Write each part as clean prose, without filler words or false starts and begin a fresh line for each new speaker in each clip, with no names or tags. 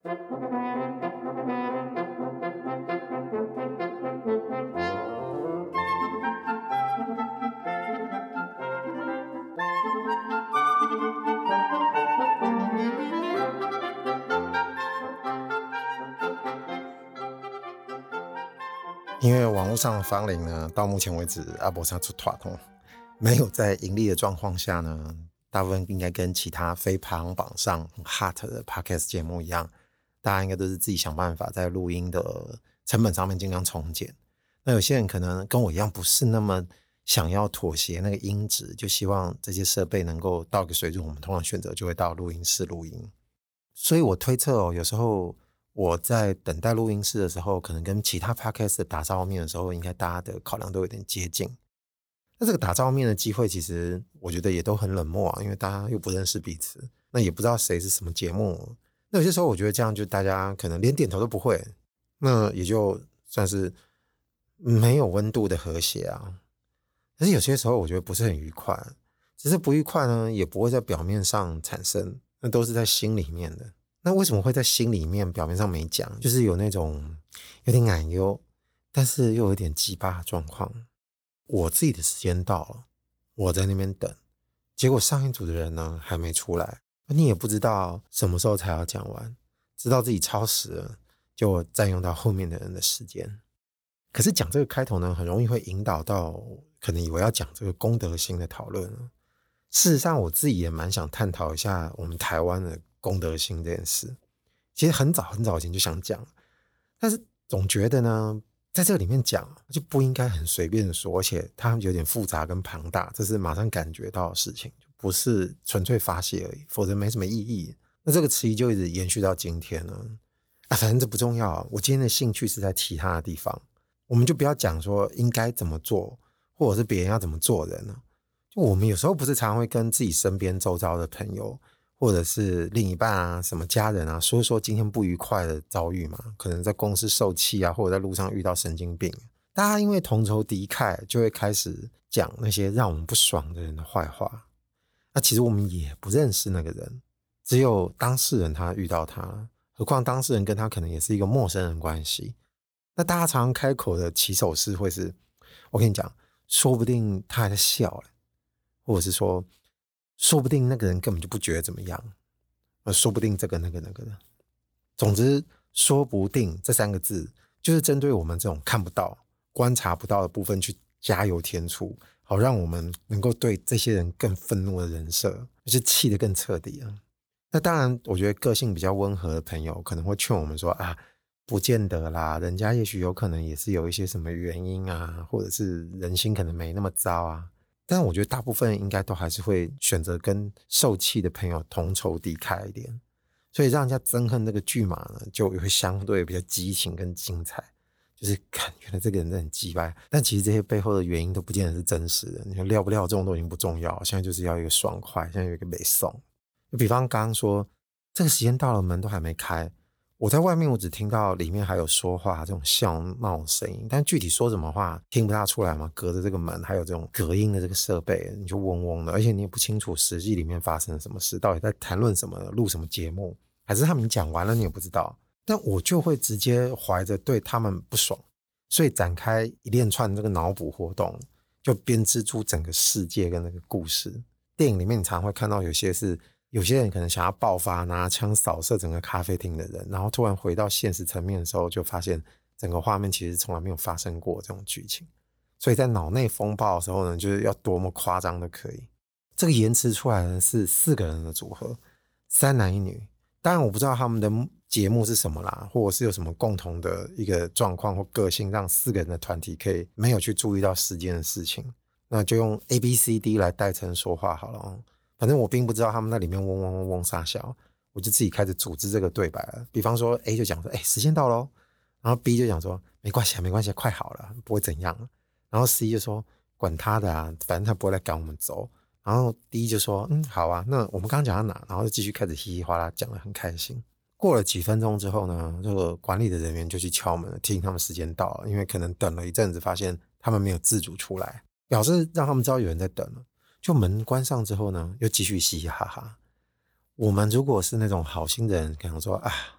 因为网络上的芳龄呢，到目前为止阿伯上出团没有在盈利的状况下呢，大部分应该跟其他非排行榜上很 hot 的 podcast 节目一样，大家应该都是自己想办法在录音的成本上面尽量从减。那有些人可能跟我一样，不是那么想要妥协那个音质，就希望这些设备能够到一个水准，我们通常选择就会到录音室录音。所以我推测有时候我在等待录音室的时候，可能跟其他 podcast 的打照面的时候，应该大家的考量都有点接近。那这个打照面的机会，其实我觉得也都很冷漠啊，因为大家又不认识彼此，那也不知道谁是什么节目。那有些时候我觉得这样就大家可能连点头都不会，那也就算是没有温度的和谐啊。但是有些时候我觉得不是很愉快，只是不愉快呢也不会在表面上产生，那都是在心里面的。那为什么会在心里面表面上没讲，就是有那种有点担忧，但是又有点鸡巴的状况。我自己的时间到了，我在那边等，结果上一组的人呢还没出来，你也不知道什么时候才要讲完，知道自己超时了，就占用到后面的人的时间。可是讲这个开头呢，很容易会引导到可能以为要讲这个公德心的讨论。事实上我自己也蛮想探讨一下我们台湾的公德心这件事，其实很早很早以前就想讲，但是总觉得呢在这个里面讲就不应该很随便的说，而且它有点复杂跟庞大，这是马上感觉到的事情，不是纯粹发泄而已，否则没什么意义。那这个词就一直延续到今天了反正这不重要我今天的兴趣是在其他的地方。我们就不要讲说应该怎么做，或者是别人要怎么做人呢？就我们有时候不是常常会跟自己身边周遭的朋友或者是另一半啊什么家人啊说说今天不愉快的遭遇嘛，可能在公司受气啊，或者在路上遇到神经病，大家因为同仇敌忾就会开始讲那些让我们不爽的人的坏话。那其实我们也不认识那个人，只有当事人他遇到他，何况当事人跟他可能也是一个陌生人关系。那大家常常开口的起手式会是我跟你讲说不定他还在笑或者是说不定那个人根本就不觉得怎么样，说不定这个那个的。总之说不定这三个字就是针对我们这种看不到观察不到的部分去加油添醋，好让我们能够对这些人更愤怒的人设就是气得更彻底啊。那当然我觉得个性比较温和的朋友可能会劝我们说不见得啦，人家也许有可能也是有一些什么原因啊，或者是人心可能没那么糟啊。但我觉得大部分应该都还是会选择跟受气的朋友同仇敌忾一点，所以让人家憎恨这个剧码呢就会相对比较激情跟精彩，就是看原来这个人真的很鸡掰，但其实这些背后的原因都不见得是真实的，你说料不料这种都已经不重要，现在就是要一个爽快，现在有一个美送。就比方刚刚说这个时间到了门都还没开，我在外面我只听到里面还有说话这种笑闹的声音，但具体说什么话听不大出来嘛，隔着这个门还有这种隔音的这个设备你就嗡嗡的，而且你也不清楚实际里面发生了什么事，到底在谈论什么，录什么节目，还是他们讲完了你也不知道。但我就会直接怀着对他们不爽，所以展开一连串这个脑补活动，就编织出整个世界跟那个故事。电影里面你常常会看到有些人可能想要爆发拿枪扫射整个咖啡厅的人，然后突然回到现实层面的时候就发现整个画面其实从来没有发生过这种剧情，所以在脑内风暴的时候呢就是要多么夸张都可以。这个延迟出来的是4个人的组合，3男1女，当然我不知道他们的节目是什么啦，或者是有什么共同的一个状况或个性让4个人的团体可以没有去注意到时间的事情，那就用 ABCD 来代称说话好了反正我并不知道他们在里面嗡嗡嗡嗡傻笑，我就自己开始组织这个对白了。比方说 A 就讲说时间到咯，然后 B 就讲说没关系没关系快好了不会怎样，然后 C 就说管他的反正他不会来赶我们走，然后 D 就说好啊，那我们刚刚讲到哪，然后就继续开始嘻嘻哗啦讲得很开心。过了几分钟之后呢，这个管理的人员就去敲门提醒他们时间到了，因为可能等了一阵子发现他们没有自主出来，表示让他们知道有人在等了。就门关上之后呢又继续嘻嘻哈哈。我们如果是那种好心的人可能说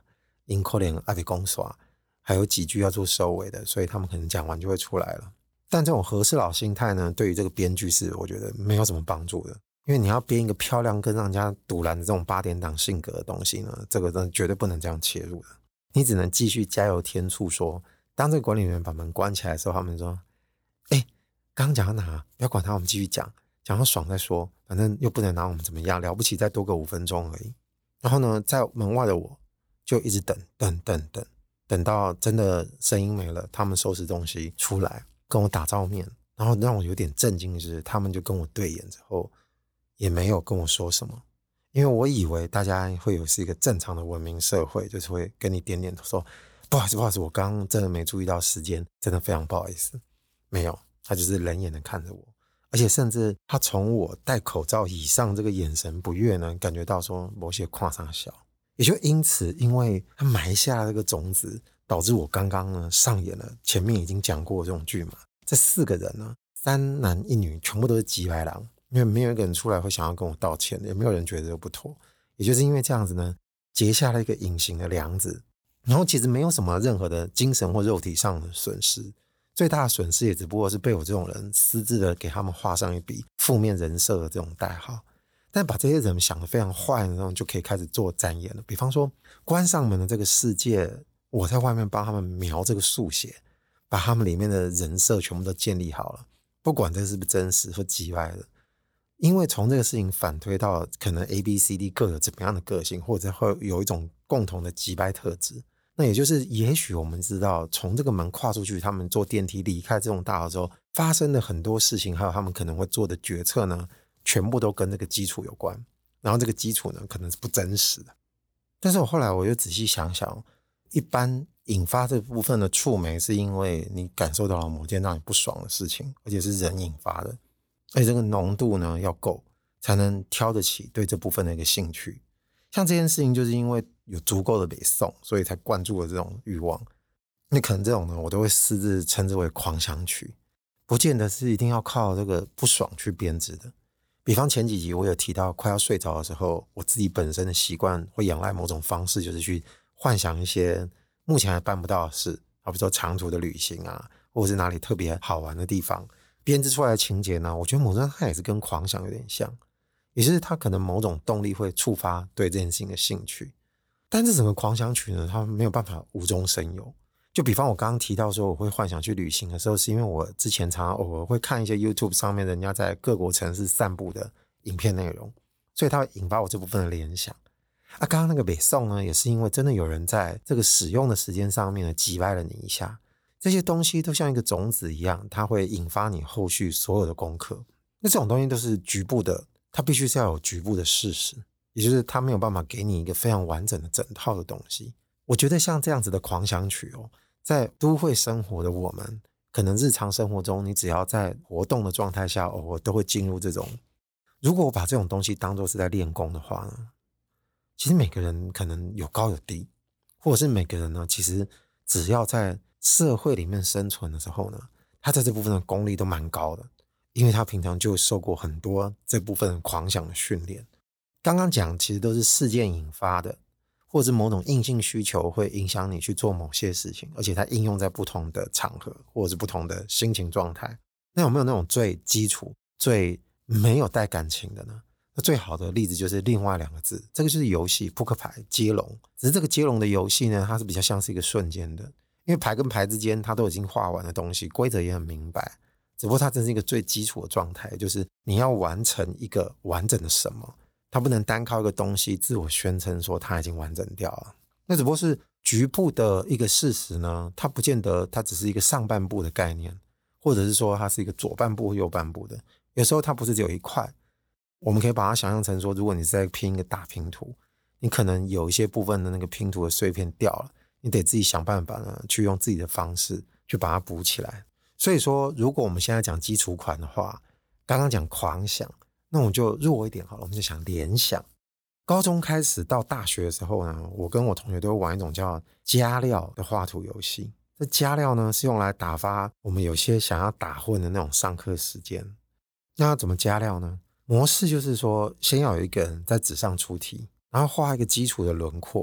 因可能还没公耍，还有几句要做收尾的，所以他们可能讲完就会出来了。但这种和事佬心态呢，对于这个编剧是我觉得没有什么帮助的，因为你要编一个漂亮跟让人家堵拦的这种8点档性格的东西呢，这个真的绝对不能这样切入的。你只能继续加油添醋说，当这个管理员把门关起来的时候，他们说刚刚讲到哪，不要管他，我们继续讲，讲到爽再说，反正又不能拿我们怎么样，了不起再多个5分钟而已。然后呢，在门外的我就一直等到真的声音没了，他们收拾东西出来跟我打照面，然后让我有点震惊的是，他们就跟我对眼之后也没有跟我说什么，因为我以为大家会有是一个正常的文明社会，就是会跟你点点头说不好意思，我刚刚真的没注意到时间，真的非常不好意思。没有，他就是冷眼的看着我，而且甚至他从我戴口罩以上这个眼神不悦呢，感觉到说某些跨上小，也就因此，因为他埋下了这个种子，导致我刚刚呢上演了前面已经讲过这种剧嘛。这4个人呢，3男1女，全部都是急白狼，因为没有一个人出来会想要跟我道歉，也没有人觉得这不妥。也就是因为这样子呢，结下了一个隐形的梁子，然后其实没有什么任何的精神或肉体上的损失。最大的损失也只不过是被我这种人私自的给他们画上一笔负面人设的这种代号，但把这些人想得非常坏的那种，就可以开始做展演了。比方说关上门的这个世界，我在外面帮他们描这个速写，把他们里面的人设全部都建立好了，不管这是不是真实或击败的。因为从这个事情反推到可能 ABCD 各有怎么样的个性，或者会有一种共同的击败特质，那也就是也许我们知道从这个门跨出去，他们坐电梯离开这种大楼之后发生的很多事情，还有他们可能会做的决策呢，全部都跟这个基础有关，然后这个基础呢可能是不真实的。但是我后来我又仔细想想，一般引发这部分的触媒是因为你感受到了某件让你不爽的事情，而且是人引发的，而且这个浓度呢要够，才能挑得起对这部分的一个兴趣。像这件事情就是因为有足够的北宋，所以才灌注了这种欲望。那可能这种呢，我都会私自称之为狂想曲，不见得是一定要靠这个不爽去编织的。比方前几集我有提到，快要睡着的时候，我自己本身的习惯会仰赖某种方式，就是去幻想一些目前还办不到的事，比如说长途的旅行啊，或者是哪里特别好玩的地方，编织出来的情节呢，我觉得某种程度它也是跟狂想有点像，也就是它可能某种动力会触发对这件事情的兴趣。但这整个狂想曲呢，它没有办法无中生有。就比方我刚刚提到说我会幻想去旅行的时候，是因为我之前常常偶尔会看一些 YouTube 上面人家在各国城市散步的影片内容，所以它会引发我这部分的联想。刚刚那个北宋呢，也是因为真的有人在这个使用的时间上面呢击败了你一下。这些东西都像一个种子一样，它会引发你后续所有的功课。那这种东西都是局部的，它必须是要有局部的事实，也就是它没有办法给你一个非常完整的整套的东西。我觉得像这样子的狂想曲在都会生活的我们，可能日常生活中你只要在活动的状态下，我都会进入这种。如果我把这种东西当作是在练功的话呢，其实每个人可能有高有低，或者是每个人呢，其实只要在社会里面生存的时候呢，他在这部分的功力都蛮高的，因为他平常就受过很多这部分狂想的训练。刚刚讲其实都是事件引发的，或者是某种硬性需求会影响你去做某些事情，而且它应用在不同的场合或者是不同的心情状态。那有没有那种最基础最没有带感情的呢？那最好的例子就是另外2个字，这个就是游戏扑克牌接龙。只是这个接龙的游戏呢，它是比较像是一个瞬间的，因为牌跟牌之间它都已经画完的东西，规则也很明白，只不过它真是一个最基础的状态，就是你要完成一个完整的什么，它不能单靠一个东西自我宣称说它已经完整掉了。那只不过是局部的一个事实呢，它不见得它只是一个上半部的概念，或者是说它是一个左半部或右半部的，有时候它不是只有一块。我们可以把它想象成说，如果你是在拼一个大拼图，你可能有一些部分的那个拼图的碎片掉了，你得自己想办法呢，去用自己的方式去把它补起来。所以说如果我们现在讲基础款的话，刚刚讲狂想，那我们就弱一点好了，我们就想联想。高中开始到大学的时候呢，我跟我同学都会玩一种叫加料的画图游戏。这加料呢是用来打发我们有些想要打混的那种上课时间。那要怎么加料呢？模式就是说，先要有一个人在纸上出题，然后画一个基础的轮廓，例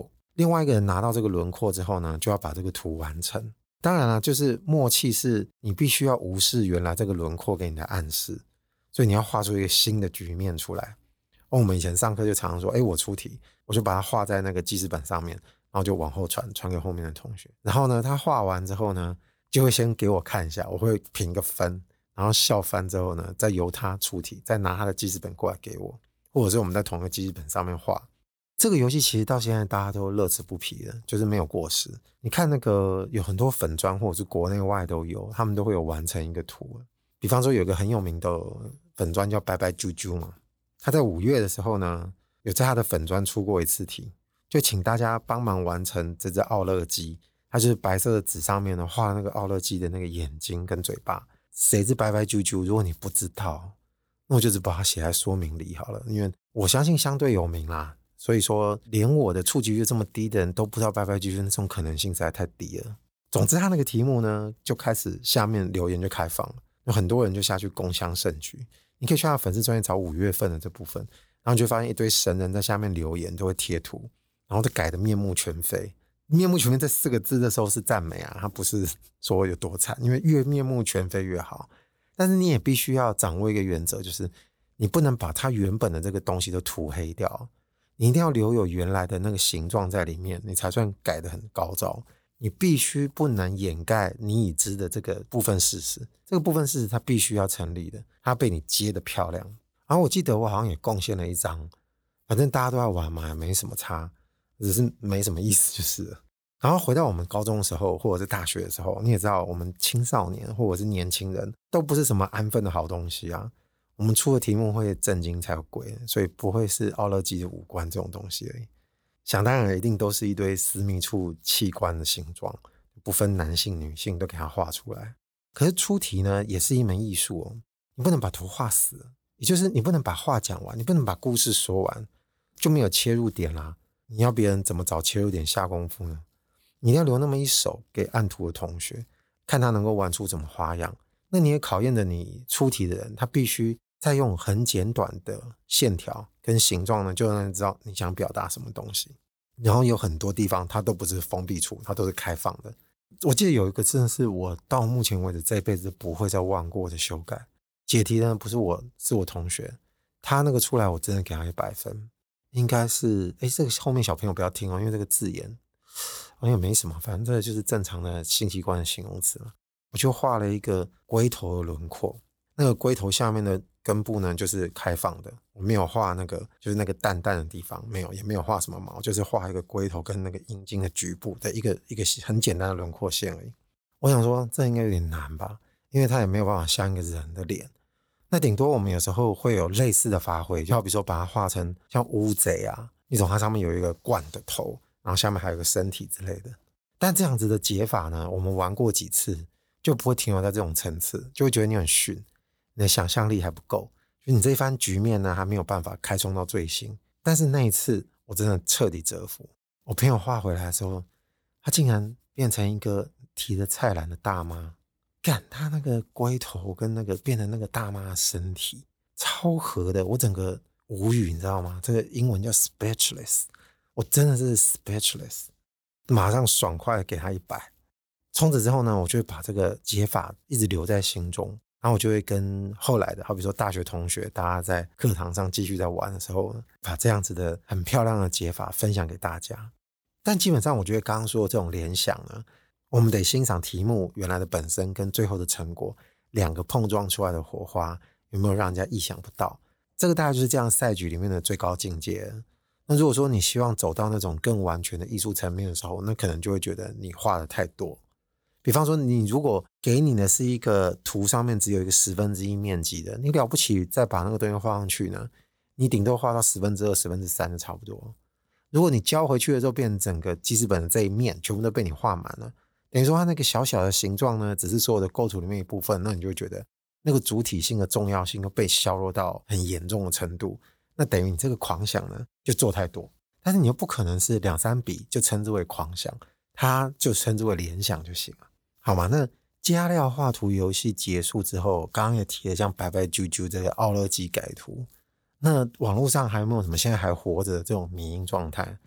另外一个人拿到这个轮廓之后呢，就要把这个图完成。当然了，就是默契是你必须要无视原来这个轮廓给你的暗示，所以你要画出一个新的局面出来。我们以前上课就常常说，我出题，我就把它画在那个记事本上面，然后就往后传给后面的同学。然后呢，他画完之后呢，就会先给我看一下，我会评个分，然后笑翻之后呢，再由他出题，再拿他的记事本过来给我，或者是我们在同一个记事本上面画。这个游戏其实到现在大家都乐此不疲的，就是没有过时。你看那个有很多粉专或者是国内外都有，他们都会有完成一个图。比方说有一个很有名的粉专叫拜拜啾啾嘛，他在5月的时候呢，有在他的粉专出过一次题，就请大家帮忙完成这只奥乐鸡。它就是白色的纸上面呢画那个奥乐鸡的那个眼睛跟嘴巴。谁是拜拜啾啾？如果你不知道，那我就只把它写在说明里好了，因为我相信相对有名啦。所以说连我的触及率这么低的人都不知道拜拜啾啾，那种可能性实在太低了。总之他那个题目呢就开始下面留言就开放了，有很多人就下去共襄盛举。你可以去他的粉丝专页找5月份的这部分，然后就会发现一堆神人在下面留言，都会贴图，然后就改得面目全非。面目全非这4个字的时候是赞美啊，它不是说有多惨，因为越面目全非越好。但是你也必须要掌握一个原则，就是你不能把它原本的这个东西都涂黑掉，你一定要留有原来的那个形状在里面，你才算改得很高招。你必须不能掩盖你已知的这个部分事实，这个部分事实它必须要成立的，它被你接得漂亮。然后我记得我好像也贡献了一张，反正大家都在玩嘛，也没什么差，只是没什么意思就是了。然后回到我们高中的时候或者是大学的时候，你也知道我们青少年或者是年轻人都不是什么安分的好东西啊，我们出的题目会震惊才有鬼，所以不会是奥乐鸡的五官这种东西而已。想当然一定都是一堆私密处器官的形状，不分男性女性都给它画出来。可是出题呢也是一门艺术哦，你不能把图画死，也就是你不能把话讲完，你不能把故事说完，就没有切入点啦。你要别人怎么找切入点下功夫呢？你一定要留那么一手给按图的同学，看他能够玩出什么花样。那你也考验着你出题的人，他必须再用很简短的线条跟形状呢，就让人知道你想表达什么东西。然后有很多地方它都不是封闭处，它都是开放的。我记得有一个真的是我到目前为止这辈子不会再忘过的修改。解题呢不是我，是我同学，他那个出来我真的给他100分。应该是这个后面小朋友不要听哦，因为这个字眼好像也没什么，反正这就是正常的性器官的形容词嘛。我就画了一个龟头的轮廓，那个龟头下面的根部呢就是开放的，我没有画那个就是那个淡淡的地方，没有，也没有画什么毛，就是画一个龟头跟那个阴茎的局部的一个很简单的轮廓线而已。我想说这应该有点难吧，因为它也没有办法像一个人的脸。那顶多我们有时候会有类似的发挥，就好比说把它画成像乌贼啊一种，它上面有一个冠的头，然后下面还有个身体之类的。但这样子的解法呢，我们玩过几次就不会停留在这种层次，就会觉得你很逊，你的想象力还不够，就你这一番局面呢还没有办法开创到最新。但是那一次我真的彻底折服，我朋友画回来的时候，他竟然变成一个提着菜篮的大妈，干他那个龟头跟那个变成那个大妈的身体超合的，我整个无语，你知道吗？这个英文叫 speechless， 我真的是 speechless， 马上爽快的给他100。从此之后呢，我就会把这个解法一直留在心中，然后我就会跟后来的好比说大学同学，大家在课堂上继续在玩的时候，把这样子的很漂亮的解法分享给大家。但基本上我觉得刚刚说的这种联想呢，我们得欣赏题目原来的本身跟最后的成果，两个碰撞出来的火花有没有让人家意想不到，这个大概就是这样赛局里面的最高境界。那如果说你希望走到那种更完全的艺术层面的时候，那可能就会觉得你画的太多。比方说你如果给你的是一个图上面只有一个1/10面积的，你了不起再把那个东西画上去呢，你顶多画到2/10、3/10就差不多。如果你交回去的时候变成整个记事本的这一面全部都被你画满了，等于说它那个小小的形状呢只是所有的构图里面一部分，那你就会觉得那个主体性的重要性都被削弱到很严重的程度，那等于你这个狂想呢就做太多。但是你又不可能是2-3笔就称之为狂想，它就称之为联想就行了，好吗？那加料画图游戏结束之后，刚刚也提了像白白啾啾这个奥乐鸡改图，那网络上还有没有什么现在还活着的这种迷因状态？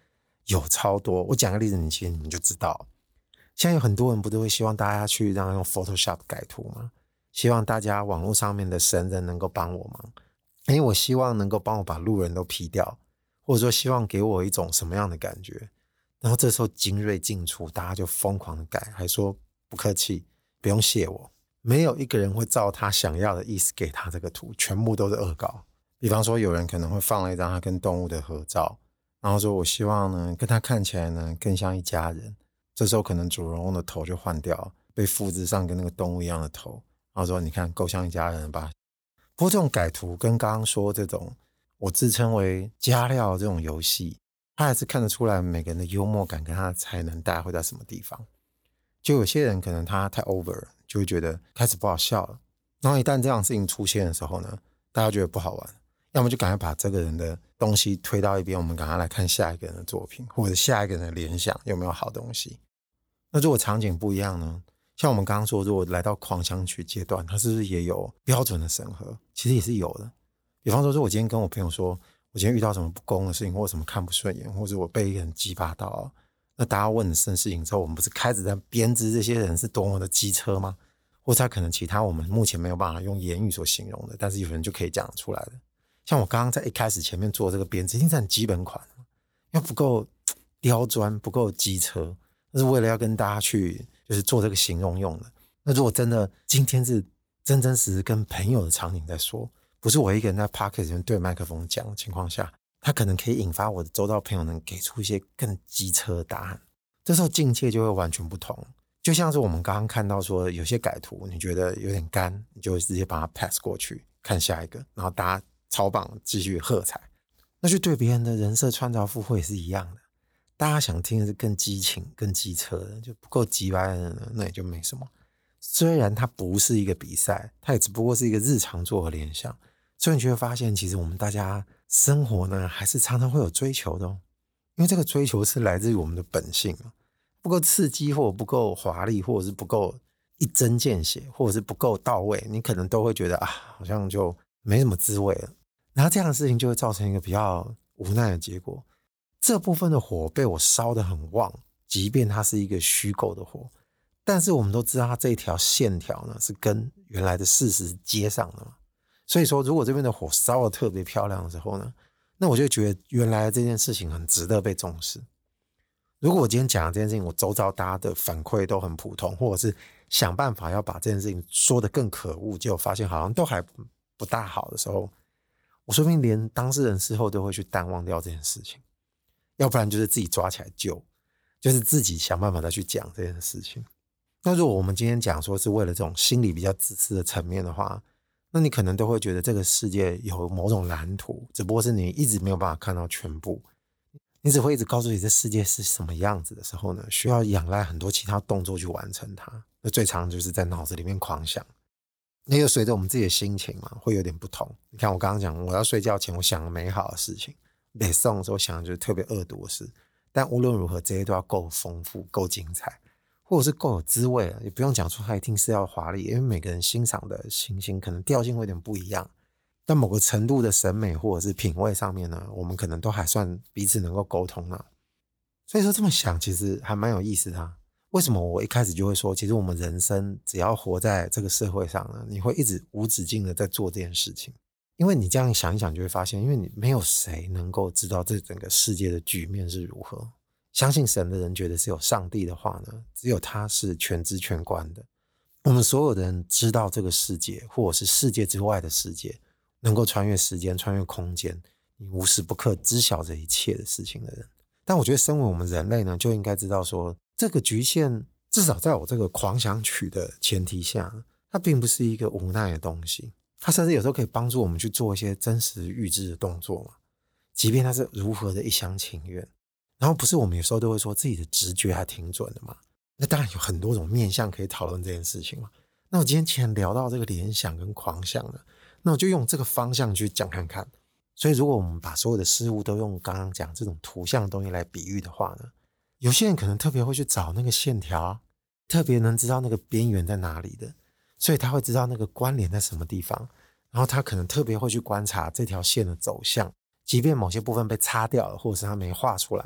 有超多。我讲个例子，其实你们就知道。现在有很多人不都会希望大家去让他用 Photoshop 改图吗？希望大家网络上面的神人能够帮我忙，因为我希望能够帮我把路人都 P 掉，或者说希望给我一种什么样的感觉。然后这时候精锐尽出，大家就疯狂的改，还说不客气，不用谢我。没有一个人会照他想要的意思给他这个图，全部都是恶搞。比方说有人可能会放了一张他跟动物的合照，然后说我希望呢跟他看起来呢更像一家人。这时候可能主人公的头就换掉，被复制上跟那个动物一样的头，然后说你看够像一家人吧。不过这种改图跟刚刚说这种我自称为加料这种游戏，他还是看得出来每个人的幽默感跟他的才能大概会在什么地方。就有些人可能他太 over 了，就会觉得开始不好笑了，然后一旦这样的事情出现的时候呢，大家觉得不好玩，要么就赶快把这个人的东西推到一边，我们赶快来看下一个人的作品，或者下一个人的联想有没有好东西。那如果场景不一样呢，像我们刚刚说如果来到狂想曲阶段，它是不是也有标准的审核？其实也是有的。比方说我今天跟我朋友说我今天遇到什么不公的事情，或者什么看不顺眼，或者我被一个人激发到，那大家问了事情之后，我们不是开始在编织这些人是多么的机车吗？或者可能其他我们目前没有办法用言语所形容的，但是有人就可以讲出来的。像我刚刚在一开始前面做这个编织，一定是很基本款，因为不够刁钻，不够机车，那是为了要跟大家去就是做这个形容用的。那如果真的今天是真真实实跟朋友的场景在说，不是我一个人在 podcast 里面对麦克风讲的情况下，他可能可以引发我的周遭朋友能给出一些更机车的答案，这时候境界就会完全不同。就像是我们刚刚看到说有些改图你觉得有点干，你就直接把它 pass 过去看下一个，然后大家超棒继续喝彩。那去对别人的人设穿着附会也是一样的，大家想听的是更激情更机车的，就不够急掰的人那也就没什么。虽然它不是一个比赛，它也只不过是一个日常做的联想，所以你就会发现其实我们大家生活呢还是常常会有追求的因为这个追求是来自于我们的本性不够刺激或者不够华丽，或者是不够一针见血，或者是不够到位，你可能都会觉得好像就没什么滋味了。然后这样的事情就会造成一个比较无奈的结果，这部分的火被我烧得很旺，即便它是一个虚构的火，但是我们都知道它这一条线条呢是跟原来的事实接上的嘛。所以说如果这边的火烧得特别漂亮的时候呢，那我就觉得原来这件事情很值得被重视。如果我今天讲的这件事情我周遭大家的反馈都很普通，或者是想办法要把这件事情说得更可恶，结果发现好像都还不大好的时候，我说不定连当事人事后都会去淡忘掉这件事情，要不然就是自己抓起来救，就是自己想办法再去讲这件事情。那如果我们今天讲说是为了这种心理比较自私的层面的话，那你可能都会觉得这个世界有某种蓝图，只不过是你一直没有办法看到全部，你只会一直告诉你这世界是什么样子的时候呢，需要仰赖很多其他动作去完成它。那最常就是在脑子里面狂想，那又随着我们自己的心情嘛，会有点不同。你看我刚刚讲我要睡觉前我想了美好的事情，没送的时候想的就是特别恶毒的事，但无论如何这些都要够丰富够精彩，或者是够有滋味了，也不用讲出它一定是要华丽，因为每个人欣赏的星星可能调性会有点不一样，但某个程度的审美或者是品味上面呢，我们可能都还算彼此能够沟通了。所以说这么想其实还蛮有意思的为什么我一开始就会说其实我们人生只要活在这个社会上呢，你会一直无止境的在做这件事情。因为你这样想一想就会发现，因为你没有谁能够知道这整个世界的局面是如何。相信神的人觉得是有上帝的话呢，只有他是全知全观的。我们所有的人知道这个世界或者是世界之外的世界，能够穿越时间穿越空间，你无时不刻知晓这一切的事情的人。但我觉得身为我们人类呢，就应该知道说这个局限至少在我这个狂想曲的前提下，它并不是一个无奈的东西，它甚至有时候可以帮助我们去做一些真实预知的动作嘛，即便它是如何的一厢情愿。然后不是我们有时候都会说自己的直觉还挺准的嘛，那当然有很多种面向可以讨论这件事情嘛。那我今天既然聊到这个联想跟狂想了，那我就用这个方向去讲看看。所以如果我们把所有的事物都用刚刚讲这种图像的东西来比喻的话呢，有些人可能特别会去找那个线条，特别能知道那个边缘在哪里的，所以他会知道那个关联在什么地方，然后他可能特别会去观察这条线的走向，即便某些部分被擦掉了或者是他没画出来，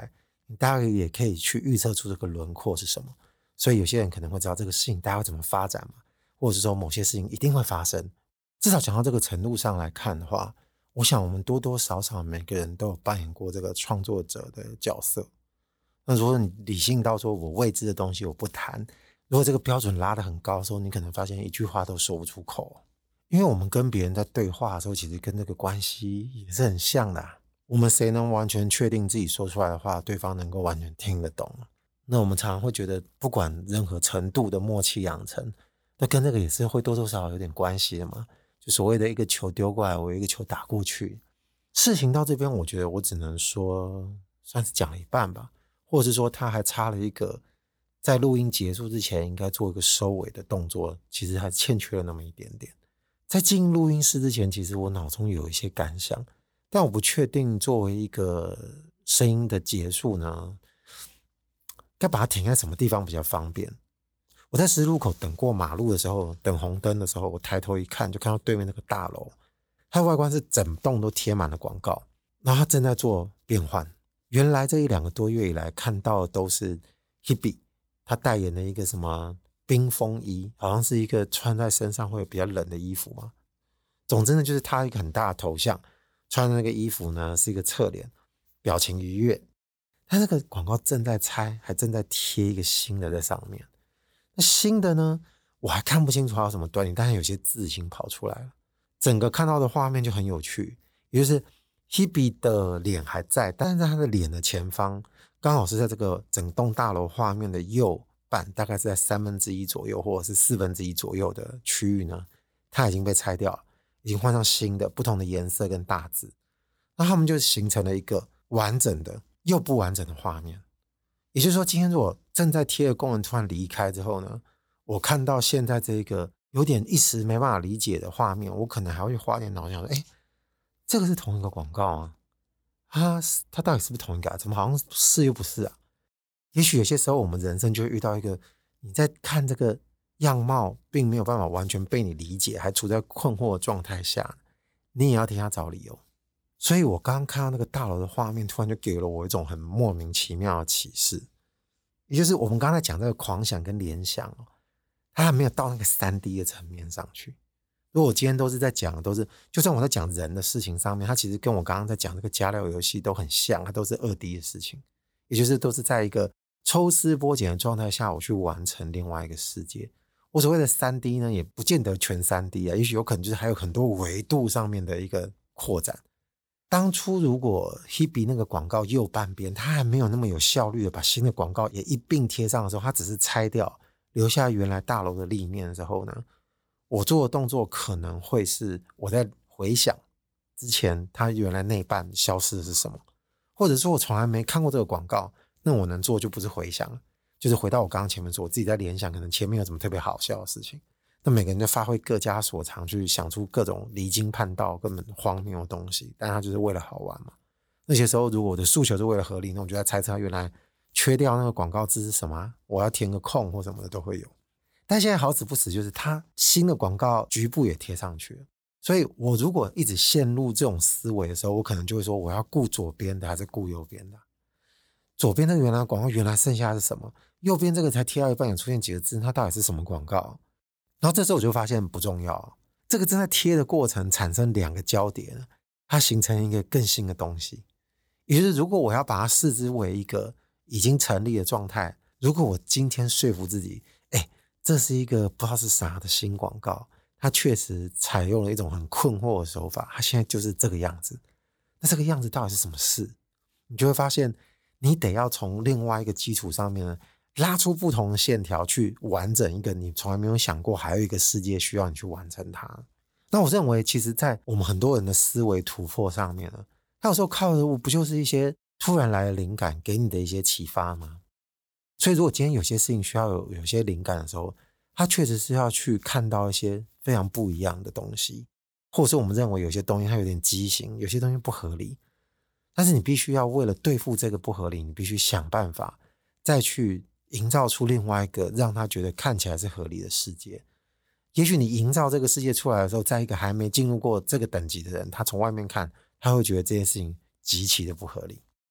你大概也可以去预测出这个轮廓是什么。所以有些人可能会知道这个事情大概会怎么发展嘛，或者是说某些事情一定会发生。至少讲到这个程度上来看的话，我想我们多多少少每个人都有扮演过这个创作者的角色。那如果你理性到说我未知的东西我不谈，如果这个标准拉得很高的时候，你可能发现一句话都说不出口。因为我们跟别人在对话的时候，其实跟这个关系也是很像的我们谁能完全确定自己说出来的话对方能够完全听得懂？那我们常常会觉得不管任何程度的默契养成，那跟这个也是会多多少少有点关系的嘛。就所谓的一个球丢过来，我一个球打过去。事情到这边我觉得我只能说算是讲了一半吧，或者是说他还差了一个在录音结束之前应该做一个收尾的动作，其实还欠缺了那么一点点。在进录音室之前，其实我脑中有一些感想，但我不确定作为一个声音的结束呢，该把它停在什么地方比较方便。我在十字路口等过马路的时候，等红灯的时候，我抬头一看，就看到对面那个大楼，它的外观是整栋都贴满了广告，然后它正在做变换。原来这1-2个多月以来看到的都是 Hebe 他代言的一个什么冰风衣，好像是一个穿在身上会比较冷的衣服嘛。总之呢，就是他一个很大的头像，穿的那个衣服呢是一个侧脸，表情愉悦。他那个广告正在拆，还正在贴一个新的在上面。那新的呢，我还看不清楚它有什么端倪，但是有些字已经跑出来了。整个看到的画面就很有趣，也就是 Hebe 的脸还在，但是在他的脸的前方，刚好是在这个整栋大楼画面的右半，大概是在1/3左右或者是1/4左右的区域呢，它已经被拆掉了，已经换上新的不同的颜色跟大字。那他们就形成了一个完整的又不完整的画面。也就是说，今天如果正在贴的工人突然离开之后呢，我看到现在这个有点一时没办法理解的画面，我可能还会花点脑想说，这个是同一个广告啊，它到底是不是同一个怎么好像是又不是啊？也许有些时候我们人生就会遇到一个你在看这个样貌并没有办法完全被你理解，还处在困惑的状态下，你也要替他找理由。所以我刚刚看到那个大楼的画面，突然就给了我一种很莫名其妙的启示。也就是我们刚才讲这个狂想跟联想它还没有到那个 3D 的层面上去。如果我今天都是在讲都是就算我在讲人的事情上面，它其实跟我刚刚在讲这个加料游戏都很像，它都是2D 的事情，也就是都是在一个抽丝剥茧的状态下我去完成另外一个世界。我所谓的 3D 呢，也不见得全 3D 也许有可能就是还有很多维度上面的一个扩展。当初如果 Hebe 那个广告右半边他还没有那么有效率的把新的广告也一并贴上的时候，他只是拆掉留下原来大楼的立面的时候呢，我做的动作可能会是我在回想之前他原来那半消失的是什么，或者说我从来没看过这个广告，那我能做就不是回想了，就是回到我刚刚前面说我自己在联想可能前面有什么特别好笑的事情，那每个人就发挥各家所长去想出各种离经叛道根本荒谬的东西，但他就是为了好玩嘛。那些时候如果我的诉求是为了合理，那我就在猜测他原来缺掉那个广告字是什么我要填个空或什么的都会有。但现在好死不死就是他新的广告局部也贴上去了，所以我如果一直陷入这种思维的时候，我可能就会说我要顾左边的还是顾右边的，左边那个原来广告原来剩下的是什么，右边这个才贴到一半也出现几个字，它到底是什么广告。然后这时候我就发现不重要，这个正在贴的过程产生2个交叠，它形成一个更新的东西。也就是如果我要把它视之为一个已经成立的状态，如果我今天说服自己这是一个不知道是啥的新广告，它确实采用了一种很困惑的手法，它现在就是这个样子，那这个样子到底是什么事，你就会发现你得要从另外一个基础上面呢拉出不同的线条去完整一个你从来没有想过还有一个世界需要你去完成它。那我认为其实在我们很多人的思维突破上面呢，它有时候靠的不就是一些突然来的灵感给你的一些启发吗？所以如果今天有些事情需要有些灵感的时候，它确实是要去看到一些非常不一样的东西，或者是我们认为有些东西它有点畸形，有些东西不合理，但是你必须要为了对付这个不合理，你必须想办法再去营造出另外一个让他觉得看起来是合理的世界。也许你营造这个世界出来的时候，在一个还没进入过这个等级的人，他从外面看他会觉得这件事情极其的不合理。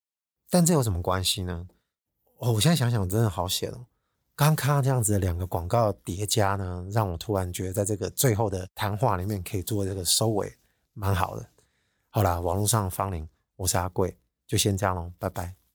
但这有什么关系呢？我现在想想真的好险哦。刚刚看到这样子的2个广告叠加呢，让我突然觉得在这个最后的谈话里面可以做这个收尾，蛮好的。好啦，网络上的芳龄，我是阿贵，就先这样咯，拜拜。